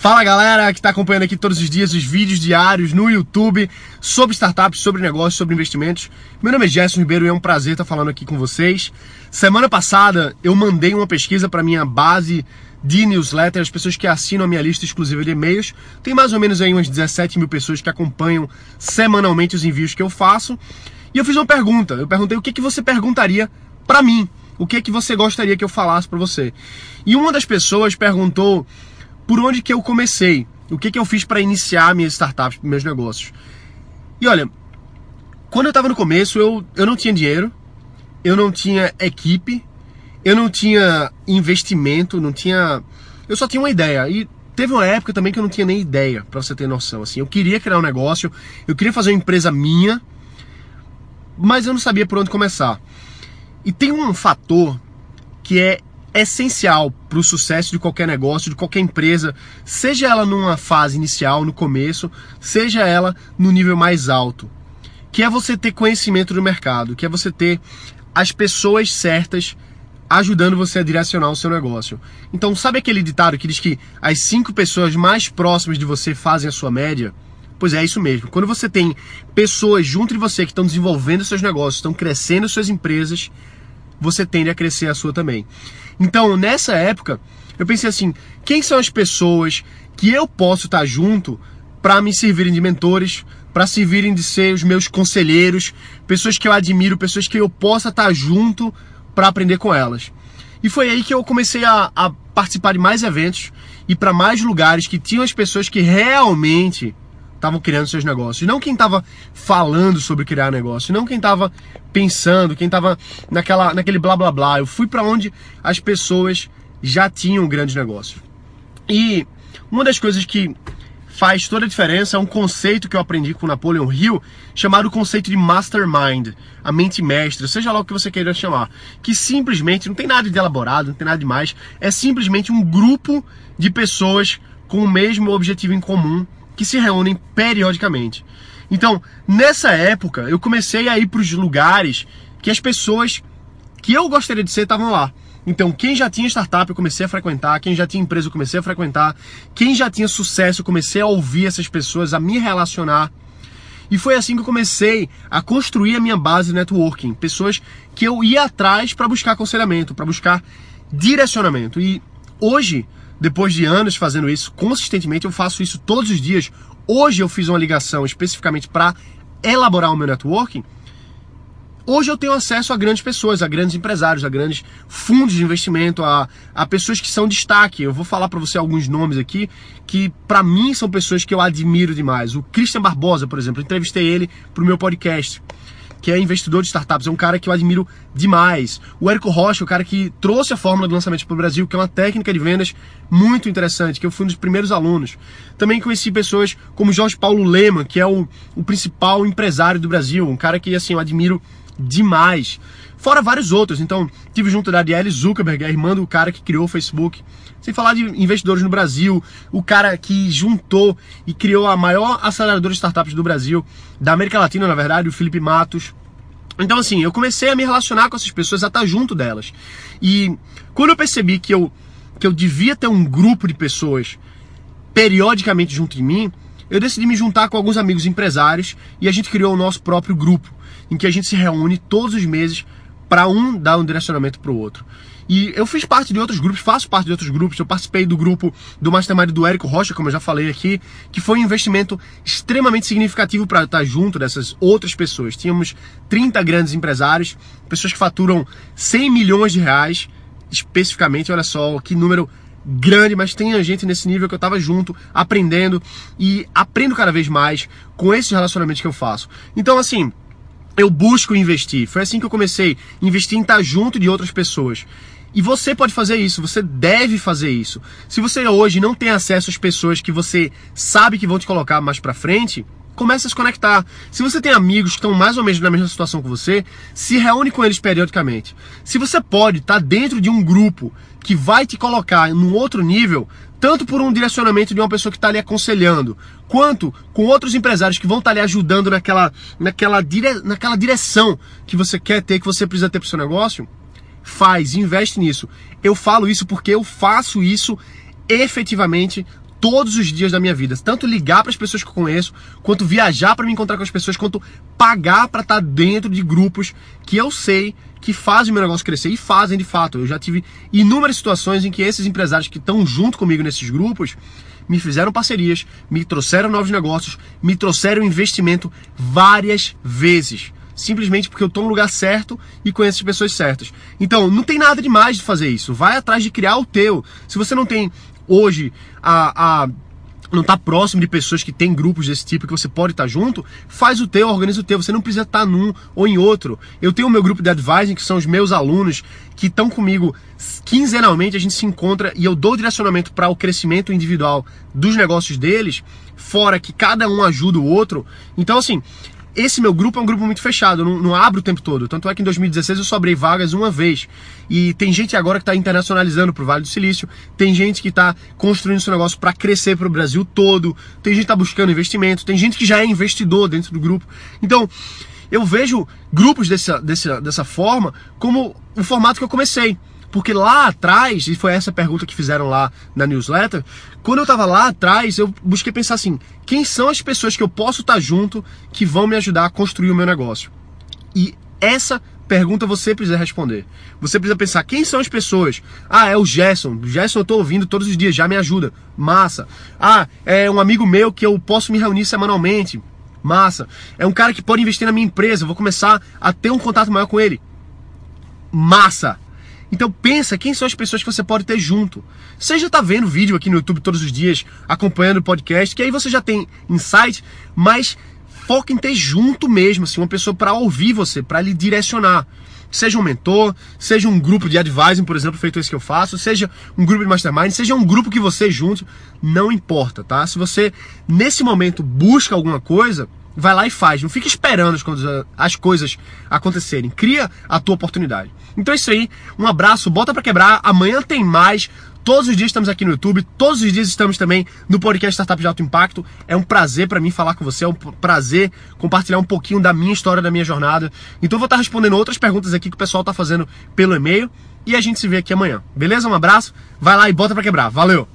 Fala galera que está acompanhando aqui todos os dias os vídeos diários no YouTube sobre startups, sobre negócios, sobre investimentos. Meu nome é Gerson Ribeiro e é um prazer estar falando aqui com vocês. Semana passada eu mandei uma pesquisa para minha base de newsletter, as pessoas que assinam a minha lista exclusiva de e-mails. Tem mais ou menos aí umas 17 mil pessoas que acompanham semanalmente os envios que eu faço. E eu fiz uma pergunta, eu perguntei o que você perguntaria para mim, o que você gostaria que eu falasse para você. E uma das pessoas perguntou por onde que eu comecei, o que eu fiz para iniciar minhas startups, meus negócios. E olha, quando eu estava no começo, eu não tinha dinheiro, eu não tinha equipe, eu não tinha investimento, eu só tinha uma ideia. E teve uma época também que eu não tinha nem ideia, para você ter noção. Assim, eu queria criar um negócio, eu queria fazer uma empresa minha, mas eu não sabia por onde começar. E tem um fator que é essencial para o sucesso de qualquer negócio, de qualquer empresa, seja ela numa fase inicial, no começo, seja ela no nível mais alto, que é você ter conhecimento do mercado, que é você ter as pessoas certas ajudando você a direcionar o seu negócio. Então, sabe aquele ditado que diz que as 5 pessoas mais próximas de você fazem a sua média? Pois é isso mesmo. Quando você tem pessoas junto de você que estão desenvolvendo seus negócios, estão crescendo suas empresas, você tende a crescer a sua também. Então, nessa época, eu pensei assim, quem são as pessoas que eu posso estar junto para me servirem de mentores, para servirem de ser os meus conselheiros, pessoas que eu admiro, pessoas que eu possa estar junto para aprender com elas. E foi aí que eu comecei a participar de mais eventos e para mais lugares que tinham as pessoas que realmente estavam criando seus negócios. Não quem estava falando sobre criar negócio, não quem estava pensando, quem estava naquele blá blá blá. Eu fui para onde as pessoas já tinham grandes negócios. E uma das coisas que faz toda a diferença é um conceito que eu aprendi com Napoleon Hill, chamado conceito de mastermind, a mente mestra, seja lá o que você queira chamar, que simplesmente não tem nada de elaborado, não tem nada de mais, é simplesmente um grupo de pessoas com o mesmo objetivo em comum, que se reúnem periodicamente. Então, nessa época, eu comecei a ir para os lugares que as pessoas que eu gostaria de ser estavam lá. Então, quem já tinha startup, eu comecei a frequentar. Quem já tinha empresa, eu comecei a frequentar. Quem já tinha sucesso, eu comecei a ouvir essas pessoas, a me relacionar. E foi assim que eu comecei a construir a minha base de networking. Pessoas que eu ia atrás para buscar aconselhamento, para buscar direcionamento. E hoje, depois de anos fazendo isso consistentemente, eu faço isso todos os dias. Hoje eu fiz uma ligação especificamente para elaborar o meu networking. Hoje eu tenho acesso a grandes pessoas, a grandes empresários, a grandes fundos de investimento, a pessoas que são destaque. Eu vou falar para você alguns nomes aqui que para mim são pessoas que eu admiro demais. O Christian Barbosa, por exemplo, eu entrevistei ele para o meu podcast, que é investidor de startups, é um cara que eu admiro demais. O Érico Rocha, o cara que trouxe a fórmula de lançamento para o Brasil, que é uma técnica de vendas muito interessante, que eu fui um dos primeiros alunos. Também conheci pessoas como Jorge Paulo Lemann, que é o principal empresário do Brasil, um cara que assim, eu admiro demais. Fora vários outros. Então, tive junto da Arielle Zuckerberg, a irmã do cara que criou o Facebook. Sem falar de investidores no Brasil, o cara que juntou e criou a maior aceleradora de startups do Brasil, da América Latina, na verdade, o Felipe Matos. Então, assim, eu comecei a me relacionar com essas pessoas, a estar junto delas. E quando eu percebi que eu devia ter um grupo de pessoas periodicamente junto de mim, eu decidi me juntar com alguns amigos empresários e a gente criou o nosso próprio grupo, em que a gente se reúne todos os meses para um dar um direcionamento para o outro. E eu fiz parte de outros grupos, faço parte de outros grupos. Eu participei do grupo do Mastermind do Érico Rocha, como eu já falei aqui, que foi um investimento extremamente significativo para estar junto dessas outras pessoas. Tínhamos 30 grandes empresários, pessoas que faturam 100 milhões de reais, especificamente, olha só que número grande, mas tem gente nesse nível que eu estava junto, aprendendo, e aprendo cada vez mais com esses relacionamentos que eu faço. Então, assim, eu busco investir. Foi assim que eu comecei a investir em estar junto de outras pessoas. E você pode fazer isso, você deve fazer isso. Se você hoje não tem acesso às pessoas que você sabe que vão te colocar mais pra frente, comece a se conectar. Se você tem amigos que estão mais ou menos na mesma situação que você, se reúne com eles periodicamente. Se você pode estar dentro de um grupo que vai te colocar num outro nível, tanto por um direcionamento de uma pessoa que está lhe aconselhando, quanto com outros empresários que vão estar lhe ajudando naquela direção que você quer ter, que você precisa ter para o seu negócio, investe nisso. Eu falo isso porque eu faço isso efetivamente todos os dias da minha vida. Tanto ligar para as pessoas que eu conheço, quanto viajar para me encontrar com as pessoas, quanto pagar para estar dentro de grupos que eu sei que fazem o meu negócio crescer, e fazem de fato. Eu já tive inúmeras situações em que esses empresários que estão junto comigo nesses grupos me fizeram parcerias, me trouxeram novos negócios, me trouxeram investimento várias vezes. Simplesmente porque eu estou no lugar certo e conheço as pessoas certas. Então, não tem nada demais de fazer isso. Vai atrás de criar o teu. Se você não tem hoje não está próximo de pessoas que têm grupos desse tipo que você pode estar junto, faz o teu, organiza o teu. Você não precisa estar num ou em outro. Eu tenho o meu grupo de advising, que são os meus alunos que estão comigo quinzenalmente. A gente se encontra e eu dou direcionamento para o crescimento individual dos negócios deles, fora que cada um ajuda o outro. Então, assim, esse meu grupo é um grupo muito fechado, eu não abro o tempo todo. Tanto é que em 2016 eu só abri vagas uma vez. E tem gente agora que está internacionalizando para o Vale do Silício, tem gente que está construindo seu negócio para crescer para o Brasil todo, tem gente que está buscando investimento, tem gente que já é investidor dentro do grupo. Então, eu vejo grupos dessa forma como o formato que eu comecei. Porque lá atrás, e foi essa pergunta que fizeram lá na newsletter, quando eu estava lá atrás, eu busquei pensar assim, quem são as pessoas que eu posso estar junto que vão me ajudar a construir o meu negócio? E essa pergunta você precisa responder. Você precisa pensar, quem são as pessoas? Ah, é o Gerson. O Gerson eu estou ouvindo todos os dias, já me ajuda. Massa. Ah, é um amigo meu que eu posso me reunir semanalmente. Massa. É um cara que pode investir na minha empresa, eu vou começar a ter um contato maior com ele. Massa. Então pensa quem são as pessoas que você pode ter junto. Você já está vendo vídeo aqui no YouTube todos os dias, acompanhando o podcast, que aí você já tem insight, mas foca em ter junto mesmo, assim, uma pessoa para ouvir você, para lhe direcionar. Seja um mentor, seja um grupo de advising, por exemplo, feito esse que eu faço, seja um grupo de mastermind, seja um grupo que você junte, não importa, tá? Se você, nesse momento, busca alguma coisa, vai lá e faz. Não fica esperando as coisas acontecerem. Cria a tua oportunidade. Então é isso aí. Um abraço. Bota pra quebrar. Amanhã tem mais. Todos os dias estamos aqui no YouTube. Todos os dias estamos também no podcast Startup de Alto Impacto. É um prazer pra mim falar com você. É um prazer compartilhar um pouquinho da minha história, da minha jornada. Então eu vou estar respondendo outras perguntas aqui que o pessoal tá fazendo pelo e-mail. E a gente se vê aqui amanhã. Beleza? Um abraço. Vai lá e bota pra quebrar. Valeu!